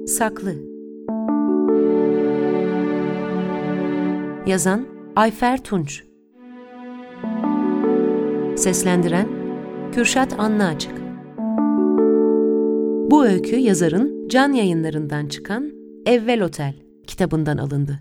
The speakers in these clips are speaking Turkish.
Saklı. Yazan Ayfer Tunç. Seslendiren Kürşat Anlıaçık. Bu öykü yazarın Can Yayınları'ndan çıkan Evvel Otel kitabından alındı.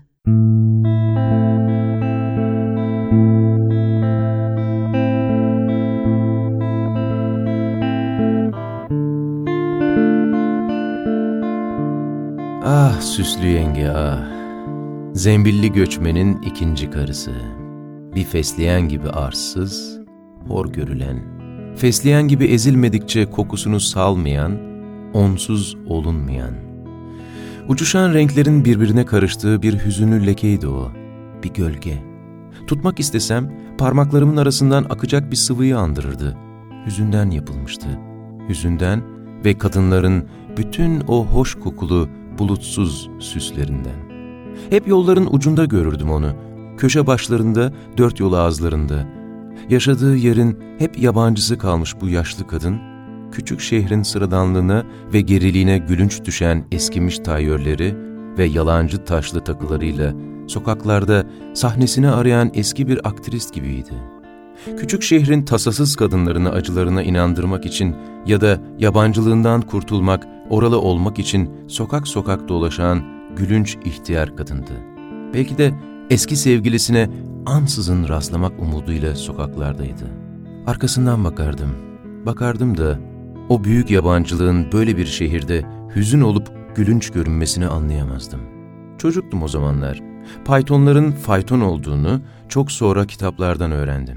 Ah süslü yenge ah, zembilli göçmenin ikinci karısı. Bir fesleğen gibi arsız, hor görülen, fesleğen gibi ezilmedikçe kokusunu salmayan, onsuz olunmayan. Uçuşan renklerin birbirine karıştığı bir hüzünlü lekeydi o, bir gölge. Tutmak istesem parmaklarımın arasından akacak bir sıvıyı andırırdı. Hüzünden yapılmıştı, hüzünden ve kadınların bütün o hoş kokulu, bulutsuz süslerinden. Hep yolların ucunda görürdüm onu, köşe başlarında, dört yol ağızlarında. Yaşadığı yerin hep yabancısı kalmış bu yaşlı kadın, küçük şehrin sıradanlığına ve geriliğine gülünç düşen eskimiş tayyörleri ve yalancı taşlı takılarıyla sokaklarda sahnesini arayan eski bir aktrist gibiydi. Küçük şehrin tasasız kadınlarını acılarına inandırmak için ya da yabancılığından kurtulmak, oralı olmak için sokak sokak dolaşan gülünç ihtiyar kadındı. Belki de eski sevgilisine ansızın rastlamak umuduyla sokaklardaydı. Arkasından bakardım da o büyük yabancılığın böyle bir şehirde hüzün olup gülünç görünmesini anlayamazdım. Çocuktum o zamanlar. Faytonların fayton olduğunu çok sonra kitaplardan öğrendim.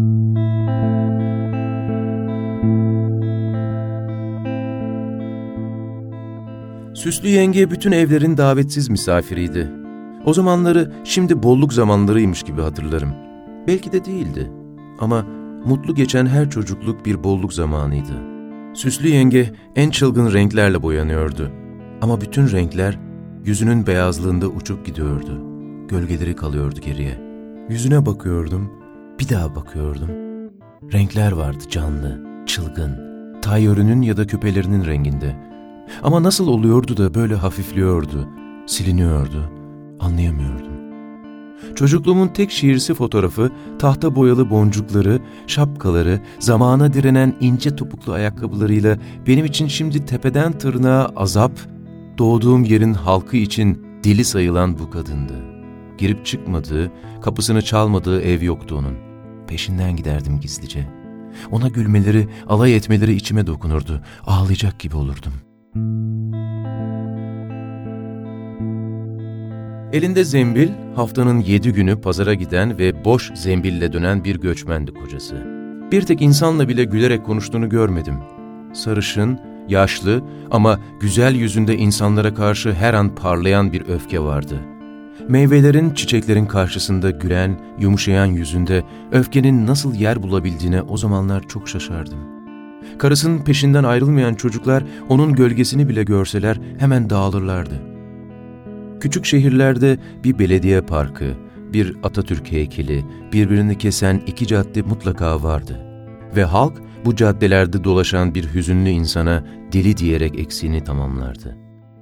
Süslü yenge bütün evlerin davetsiz misafiriydi. O zamanları şimdi bolluk zamanlarıymış gibi hatırlarım. Belki de değildi. Ama mutlu geçen her çocukluk bir bolluk zamanıydı. Süslü yenge en çılgın renklerle boyanıyordu. Ama bütün renkler yüzünün beyazlığında uçup gidiyordu. Gölgeleri kalıyordu geriye. Yüzüne bakıyordum, bir daha bakıyordum. Renkler vardı canlı, çılgın, tayyörünün ya da küpelerinin renginde. Ama nasıl oluyordu da böyle hafifliyordu, siliniyordu, anlayamıyordum. Çocukluğumun tek şiirsi fotoğrafı, tahta boyalı boncukları, şapkaları, zamana direnen ince topuklu ayakkabılarıyla benim için şimdi tepeden tırnağa azap, doğduğum yerin halkı için deli sayılan bu kadındı. Girip çıkmadığı, kapısını çalmadığı ev yoktu onun. Peşinden giderdim gizlice. Ona gülmeleri, alay etmeleri içime dokunurdu. Ağlayacak gibi olurdum. Elinde zembil, haftanın 7 günü pazara giden ve boş zembille dönen bir göçmendi kocası. Bir tek insanla bile gülerek konuştuğunu görmedim. Sarışın, yaşlı ama güzel yüzünde insanlara karşı her an parlayan bir öfke vardı. Meyvelerin, çiçeklerin karşısında gülen, yumuşayan yüzünde öfkenin nasıl yer bulabildiğine o zamanlar çok şaşardım. Karısının peşinden ayrılmayan çocuklar onun gölgesini bile görseler hemen dağılırlardı. Küçük şehirlerde bir belediye parkı, bir Atatürk heykeli, birbirini kesen iki cadde mutlaka vardı. Ve halk bu caddelerde dolaşan bir hüzünlü insana deli diyerek eksiğini tamamlardı.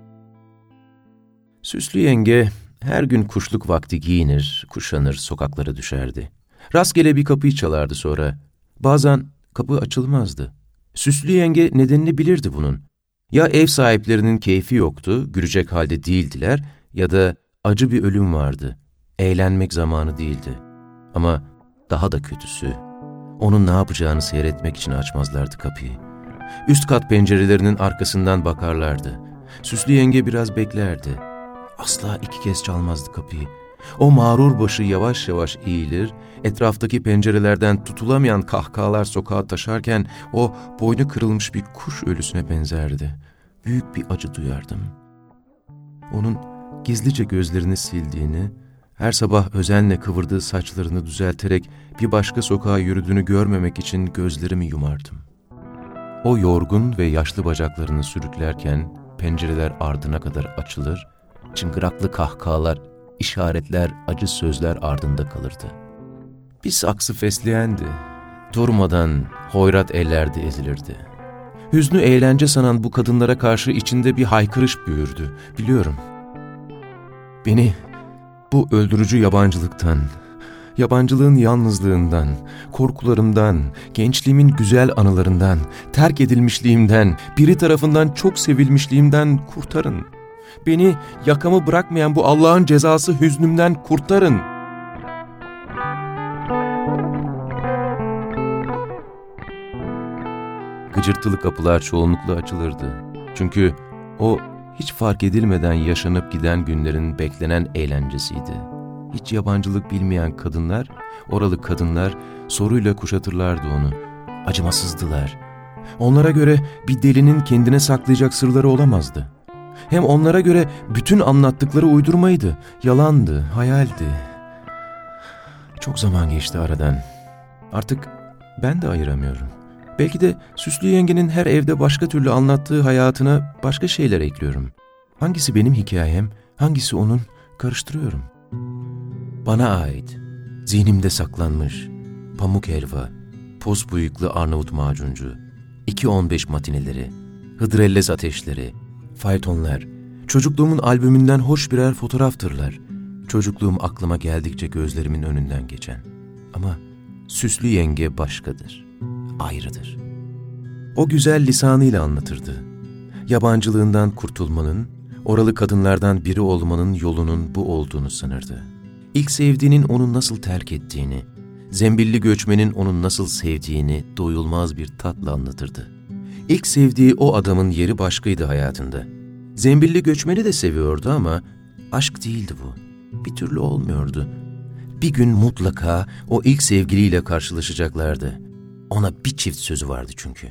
Süslü yenge her gün kuşluk vakti giyinir, kuşanır, sokaklara düşerdi. Rastgele bir kapıyı çalardı sonra. Bazen kapı açılmazdı. Süslü yenge nedenini bilirdi bunun. Ya ev sahiplerinin keyfi yoktu, gülecek halde değildiler ya da acı bir ölüm vardı. Eğlenmek zamanı değildi. Ama daha da kötüsü, onun ne yapacağını seyretmek için açmazlardı kapıyı. Üst kat pencerelerinin arkasından bakarlardı. Süslü yenge biraz beklerdi. Asla 2 kez çalmazdı kapıyı. O mağrur başı yavaş yavaş eğilir, etraftaki pencerelerden tutulamayan kahkahalar sokağa taşarken o boynu kırılmış bir kuş ölüsüne benzerdi. Büyük bir acı duyardım. Onun gizlice gözlerini sildiğini, her sabah özenle kıvırdığı saçlarını düzelterek bir başka sokağa yürüdüğünü görmemek için gözlerimi yumardım. O yorgun ve yaşlı bacaklarını sürüklerken pencereler ardına kadar açılır, çıngıraklı kahkahalar, işaretler, acı sözler ardında kalırdı. Bir saksı fesleğendi. Durmadan hoyrat ellerde ezilirdi. Hüznü eğlence sanan bu kadınlara karşı içinde bir haykırış büyürdü, biliyorum. Beni bu öldürücü yabancılıktan, yabancılığın yalnızlığından, korkularımdan, gençliğimin güzel anılarından, terk edilmişliğimden, biri tarafından çok sevilmişliğimden kurtarın. Beni yakamı bırakmayan bu Allah'ın cezası hüznümden kurtarın. Gıcırtılı kapılar çoğunlukla açılırdı. Çünkü o hiç fark edilmeden yaşanıp giden günlerin beklenen eğlencesiydi. Hiç yabancılık bilmeyen kadınlar, oralı kadınlar soruyla kuşatırlardı onu. Acımasızdılar. Onlara göre bir delinin kendine saklayacak sırları olamazdı. Hem onlara göre bütün anlattıkları uydurmaydı, yalandı, hayaldi. Çok zaman geçti aradan. Artık ben de ayıramıyorum. Belki de Süslü yengenin her evde başka türlü anlattığı hayatına başka şeyler ekliyorum. Hangisi benim hikayem, hangisi onun, karıştırıyorum. Bana ait, zihnimde saklanmış, pamuk helva, poz bıyıklı Arnavut macuncu, 2.15 matineleri, hıdrellez ateşleri, faytonlar, çocukluğumun albümünden hoş birer fotoğraftırlar. Çocukluğum aklıma geldikçe gözlerimin önünden geçen. Ama Süslü yenge başkadır, ayrıdır. O güzel lisanıyla anlatırdı. Yabancılığından kurtulmanın, oralı kadınlardan biri olmanın yolunun bu olduğunu sanırdı. İlk sevdiğinin onu nasıl terk ettiğini, zembilli göçmenin onu nasıl sevdiğini doyulmaz bir tatla anlatırdı. İlk sevdiği o adamın yeri başkaydı hayatında. Zembilli göçmeni de seviyordu ama aşk değildi bu. Bir türlü olmuyordu. Bir gün mutlaka o ilk sevgiliyle karşılaşacaklardı. Ona bir çift sözü vardı çünkü.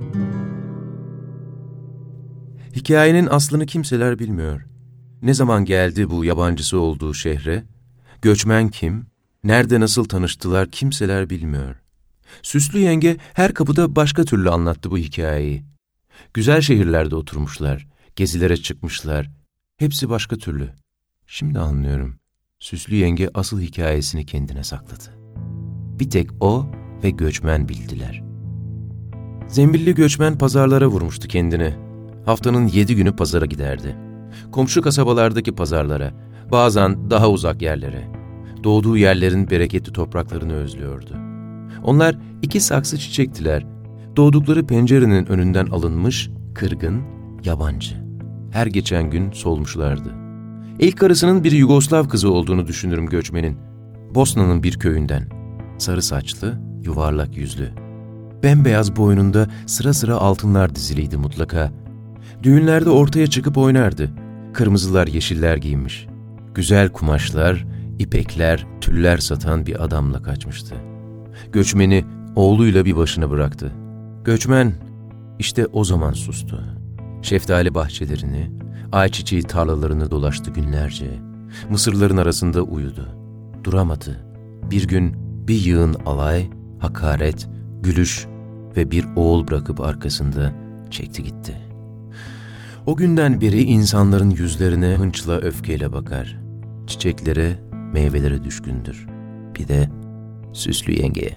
Hikayenin aslını kimseler bilmiyor. Ne zaman geldi bu yabancısı olduğu şehre? Göçmen kim? Nerede nasıl tanıştılar kimseler bilmiyor. Süslü yenge her kapıda başka türlü anlattı bu hikayeyi. Güzel şehirlerde oturmuşlar, gezilere çıkmışlar. Hepsi başka türlü. Şimdi anlıyorum. Süslü yenge asıl hikayesini kendine sakladı. Bir tek o ve göçmen bildiler. Zembilli göçmen pazarlara vurmuştu kendini. Haftanın 7 günü pazara giderdi. Komşu kasabalardaki pazarlara, bazen daha uzak yerlere. Doğduğu yerlerin bereketli topraklarını özlüyordu. Onlar 2 saksı çiçektiler. Doğdukları pencerenin önünden alınmış, kırgın, yabancı. Her geçen gün solmuşlardı. İlk karısının bir Yugoslav kızı olduğunu düşünürüm göçmenin. Bosna'nın bir köyünden. Sarı saçlı, yuvarlak yüzlü. Bembeyaz boynunda sıra sıra altınlar diziliydi mutlaka. Düğünlerde ortaya çıkıp oynardı. Kırmızılar, yeşiller giymiş. Güzel kumaşlar, ipekler, tüller satan bir adamla kaçmıştı. Göçmeni oğluyla bir başına bıraktı. Göçmen işte o zaman sustu. Şeftali bahçelerini, ayçiçeği tarlalarını dolaştı günlerce. Mısırların arasında uyudu. Duramadı. Bir gün bir yığın alay, hakaret, gülüş ve bir oğul bırakıp arkasında çekti gitti. O günden beri insanların yüzlerine hınçla öfkeyle bakar. Çiçeklere, meyvelere düşkündür. Bir de Süslü yengeye.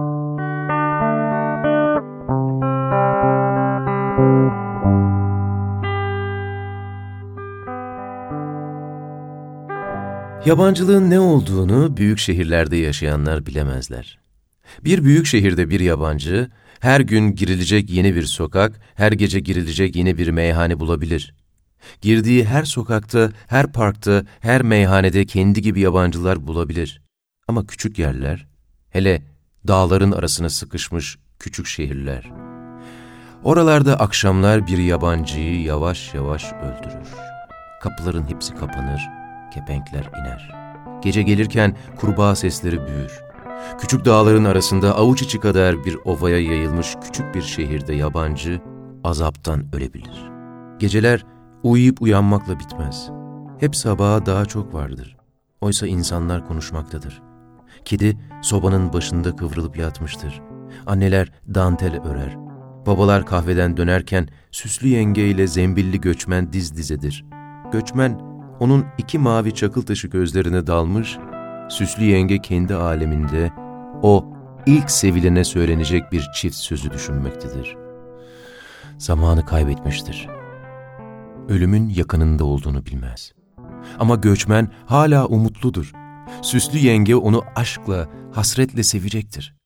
Yabancılığın ne olduğunu büyük şehirlerde yaşayanlar bilemezler. Bir büyük şehirde bir yabancı, her gün girilecek yeni bir sokak, her gece girilecek yeni bir meyhane bulabilir. Girdiği her sokakta, her parkta, her meyhanede kendi gibi yabancılar bulabilir. Ama küçük yerler, hele dağların arasına sıkışmış küçük şehirler. Oralarda akşamlar bir yabancıyı yavaş yavaş öldürür. Kapıların hepsi kapanır, kepenkler iner. Gece gelirken kurbağa sesleri büyür. Küçük dağların arasında avuç içi kadar bir ovaya yayılmış küçük bir şehirde yabancı azaptan ölebilir. Geceler uyuyup uyanmakla bitmez. Hep sabaha daha çok vardır. Oysa insanlar konuşmaktadır. Kedi sobanın başında kıvrılıp yatmıştır. Anneler dantel örer. Babalar kahveden dönerken Süslü yenge ile zembilli göçmen diz dizedir. Göçmen onun 2 mavi çakıl taşı gözlerine dalmış, Süslü yenge kendi aleminde o ilk sevilene söylenecek bir çift sözü düşünmektedir. zamanı kaybetmiştir. Ölümün yakınında olduğunu bilmez. Ama göçmen hala umutludur. Süslü yenge onu aşkla, hasretle sevecektir.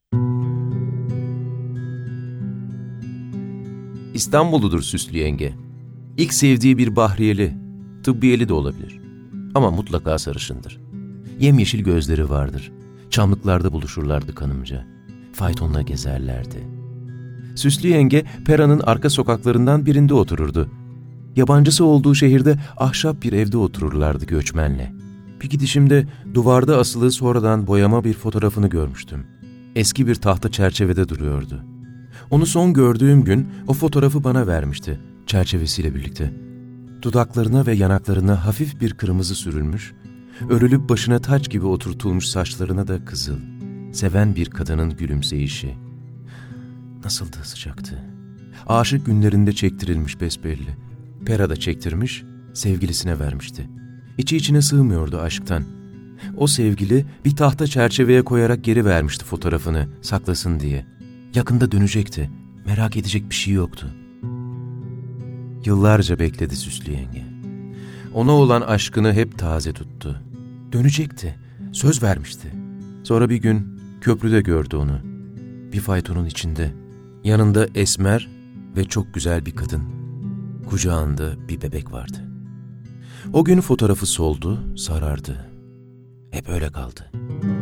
İstanbulludur süslü yenge. İlk sevdiği bir bahriyeli, tıbbiyeli de olabilir. Ama mutlaka sarışındır. Yemyeşil gözleri vardır. Çamlıklarda buluşurlardı kanımca. Faytonla gezerlerdi. Süslü yenge Pera'nın arka sokaklarından birinde otururdu. Yabancısı olduğu şehirde ahşap bir evde otururlardı göçmenle. Bir gidişimde duvarda asılı sonradan boyama bir fotoğrafını görmüştüm. Eski bir tahta çerçevede duruyordu. Onu son gördüğüm gün o fotoğrafı bana vermişti, çerçevesiyle birlikte. Dudaklarına ve yanaklarına hafif bir kırmızı sürülmüş, örülüp başına taç gibi oturtulmuş saçlarına da kızıl, seven bir kadının gülümseyişi. Nasıl da sıcaktı. Aşık günlerinde çektirilmiş besbelli. Pera da çektirmiş, sevgilisine vermişti. İçi içine sığmıyordu aşktan. O sevgili bir tahta çerçeveye koyarak geri vermişti fotoğrafını, saklasın diye. Yakında dönecekti, merak edecek bir şey yoktu. Yıllarca bekledi süslü yenge. Ona olan aşkını hep taze tuttu. Dönecekti, söz vermişti. Sonra bir gün köprüde gördü onu. Bir faytonun içinde, yanında esmer ve çok güzel bir kadın. Kucağında bir bebek vardı. O gün fotoğrafı soldu, sarardı. Hep öyle kaldı.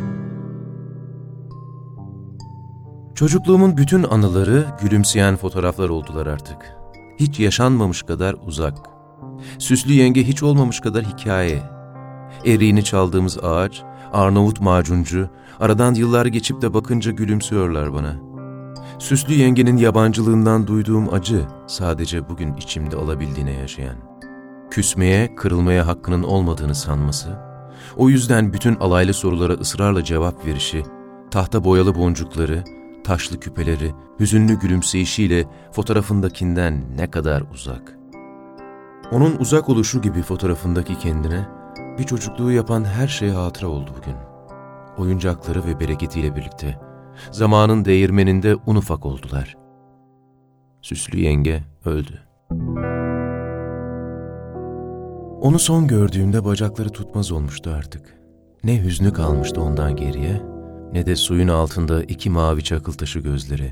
Çocukluğumun bütün anıları gülümseyen fotoğraflar oldular artık. Hiç yaşanmamış kadar uzak. Süslü yenge hiç olmamış kadar hikaye. Eriğini çaldığımız ağaç, Arnavut macuncu, aradan yıllar geçip de bakınca gülümsüyorlar bana. Süslü yengenin yabancılığından duyduğum acı sadece bugün içimde olabildiğine yaşayan. Küsmeye, kırılmaya hakkının olmadığını sanması, o yüzden bütün alaylı sorulara ısrarla cevap verişi, tahta boyalı boncukları, taşlı küpeleri, hüzünlü gülümseyişiyle fotoğrafındakinden ne kadar uzak. Onun uzak oluşu gibi fotoğrafındaki kendine bir çocukluğu yapan her şey hatıra oldu bugün. Oyuncakları ve bereketiyle birlikte zamanın değirmeninde un ufak oldular. Süslü yenge öldü. Onu son gördüğümde bacakları tutmaz olmuştu artık. Ne hüznü kalmıştı ondan geriye, ne de suyun altında iki mavi çakıl taşı gözleri.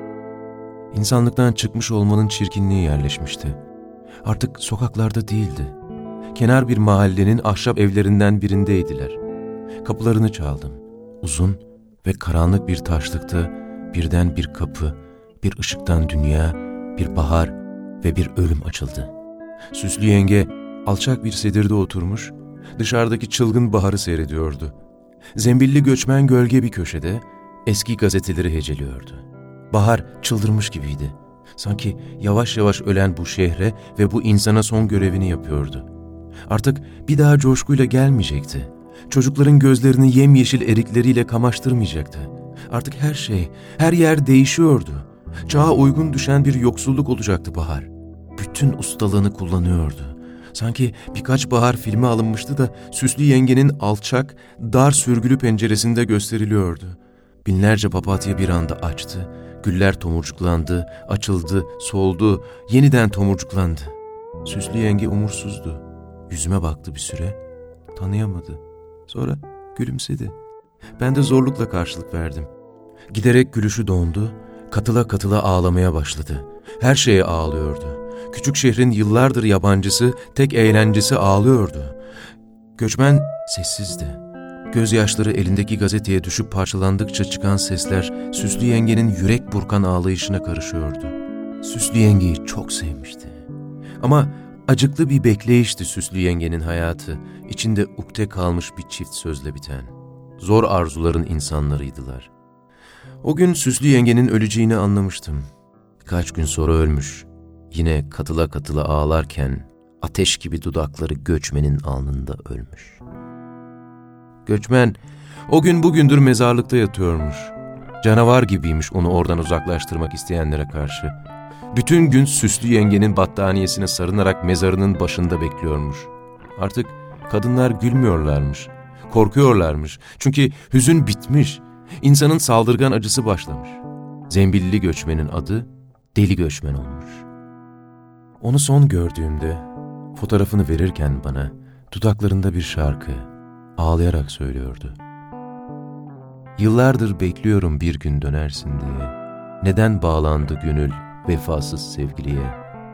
İnsanlıktan çıkmış olmanın çirkinliği yerleşmişti. Artık sokaklarda değildi. Kenar bir mahallenin ahşap evlerinden birindeydiler. Kapılarını çaldım. Uzun ve karanlık bir taşlıkta birden bir kapı, bir ışıktan dünya, bir bahar ve bir ölüm açıldı. Süslü yenge alçak bir sedirde oturmuş, dışarıdaki çılgın baharı seyrediyordu. Zembilli göçmen gölge bir köşede eski gazeteleri heceliyordu. Bahar çıldırmış gibiydi. Sanki yavaş yavaş ölen bu şehre ve bu insana son görevini yapıyordu. Artık bir daha coşkuyla gelmeyecekti. Çocukların gözlerini yemyeşil erikleriyle kamaştırmayacaktı. Artık her şey, her yer değişiyordu. Çağa uygun düşen bir yoksulluk olacaktı bahar. Bütün ustalığını kullanıyordu. Sanki birkaç bahar filmi alınmıştı da süslü yengenin alçak, dar sürgülü penceresinde gösteriliyordu. Binlerce papatya bir anda açtı. Güller tomurcuklandı, açıldı, soldu, yeniden tomurcuklandı. Süslü yenge umursuzdu. Yüzüme baktı bir süre, tanıyamadı. Sonra gülümsedi. Ben de zorlukla karşılık verdim. Giderek gülüşü dondu, katıla katıla ağlamaya başladı. Her şeye ağlıyordu. Küçük şehrin yıllardır yabancısı, tek eğlencesi ağlıyordu. Göçmen sessizdi. Gözyaşları elindeki gazeteye düşüp parçalandıkça çıkan sesler süslü yengenin yürek burkan ağlayışına karışıyordu. Süslü yengeyi çok sevmişti. Ama acıklı bir bekleyişti süslü yengenin hayatı, içinde ukde kalmış bir çift sözle biten. Zor arzuların insanlarıydılar. O gün süslü yengenin öleceğini anlamıştım. Birkaç gün sonra ölmüş. Yine katıla katıla ağlarken ateş gibi dudakları göçmenin alnında ölmüş. Göçmen o gün bugündür mezarlıkta yatıyormuş. Canavar gibiymiş onu oradan uzaklaştırmak isteyenlere karşı. Bütün gün süslü yengenin battaniyesine sarınarak mezarının başında bekliyormuş. Artık kadınlar gülmüyorlarmış, korkuyorlarmış. Çünkü hüzün bitmiş, insanın saldırgan acısı başlamış. Zembilli göçmenin adı deli göçmen olmuş. Onu son gördüğümde, fotoğrafını verirken bana, dudaklarında bir şarkı, ağlayarak söylüyordu. Yıllardır bekliyorum bir gün dönersin diye. Neden bağlandı gönül vefasız sevgiliye?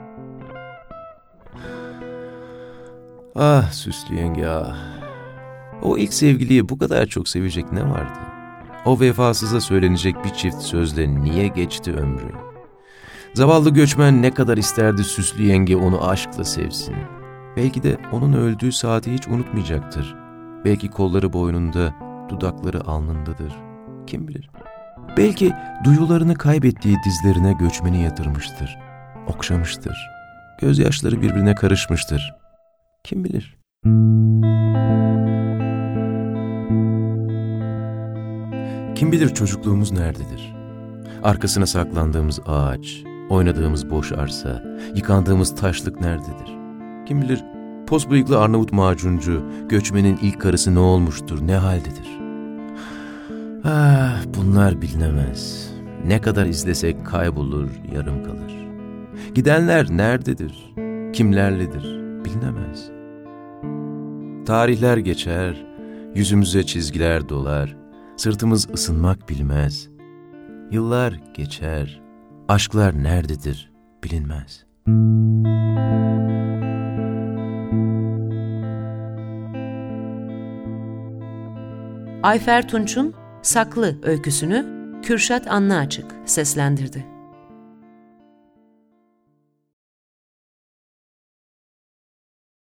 Ah süslü yenge ah. O ilk sevgiliyi bu kadar çok sevecek ne vardı? O vefasıza söylenecek bir çift sözle niye geçti ömrü? Zavallı göçmen ne kadar isterdi süslü yenge onu aşkla sevsin. Belki de onun öldüğü saati hiç unutmayacaktır. Belki kolları boynunda, dudakları alnındadır. Kim bilir? Belki duyularını kaybettiği dizlerine göçmeni yatırmıştır. Okşamıştır. Gözyaşları birbirine karışmıştır. Kim bilir? Kim bilir çocukluğumuz nerededir? Arkasına saklandığımız ağaç, oynadığımız boş arsa, yıkandığımız taşlık nerededir? Kim bilir pos bıyıklı Arnavut macuncu, göçmenin ilk karısı ne olmuştur, ne haldedir? Ah, bunlar bilinemez. Ne kadar izlesek kaybolur, yarım kalır. Gidenler nerededir, kimlerledir, bilinemez. Tarihler geçer, yüzümüze çizgiler dolar, sırtımız ısınmak bilmez. Yıllar geçer, aşklar nerededir, bilinmez. Ayfer Tunç'un Saklı öyküsünü Kürşat Anlıaçık seslendirdi.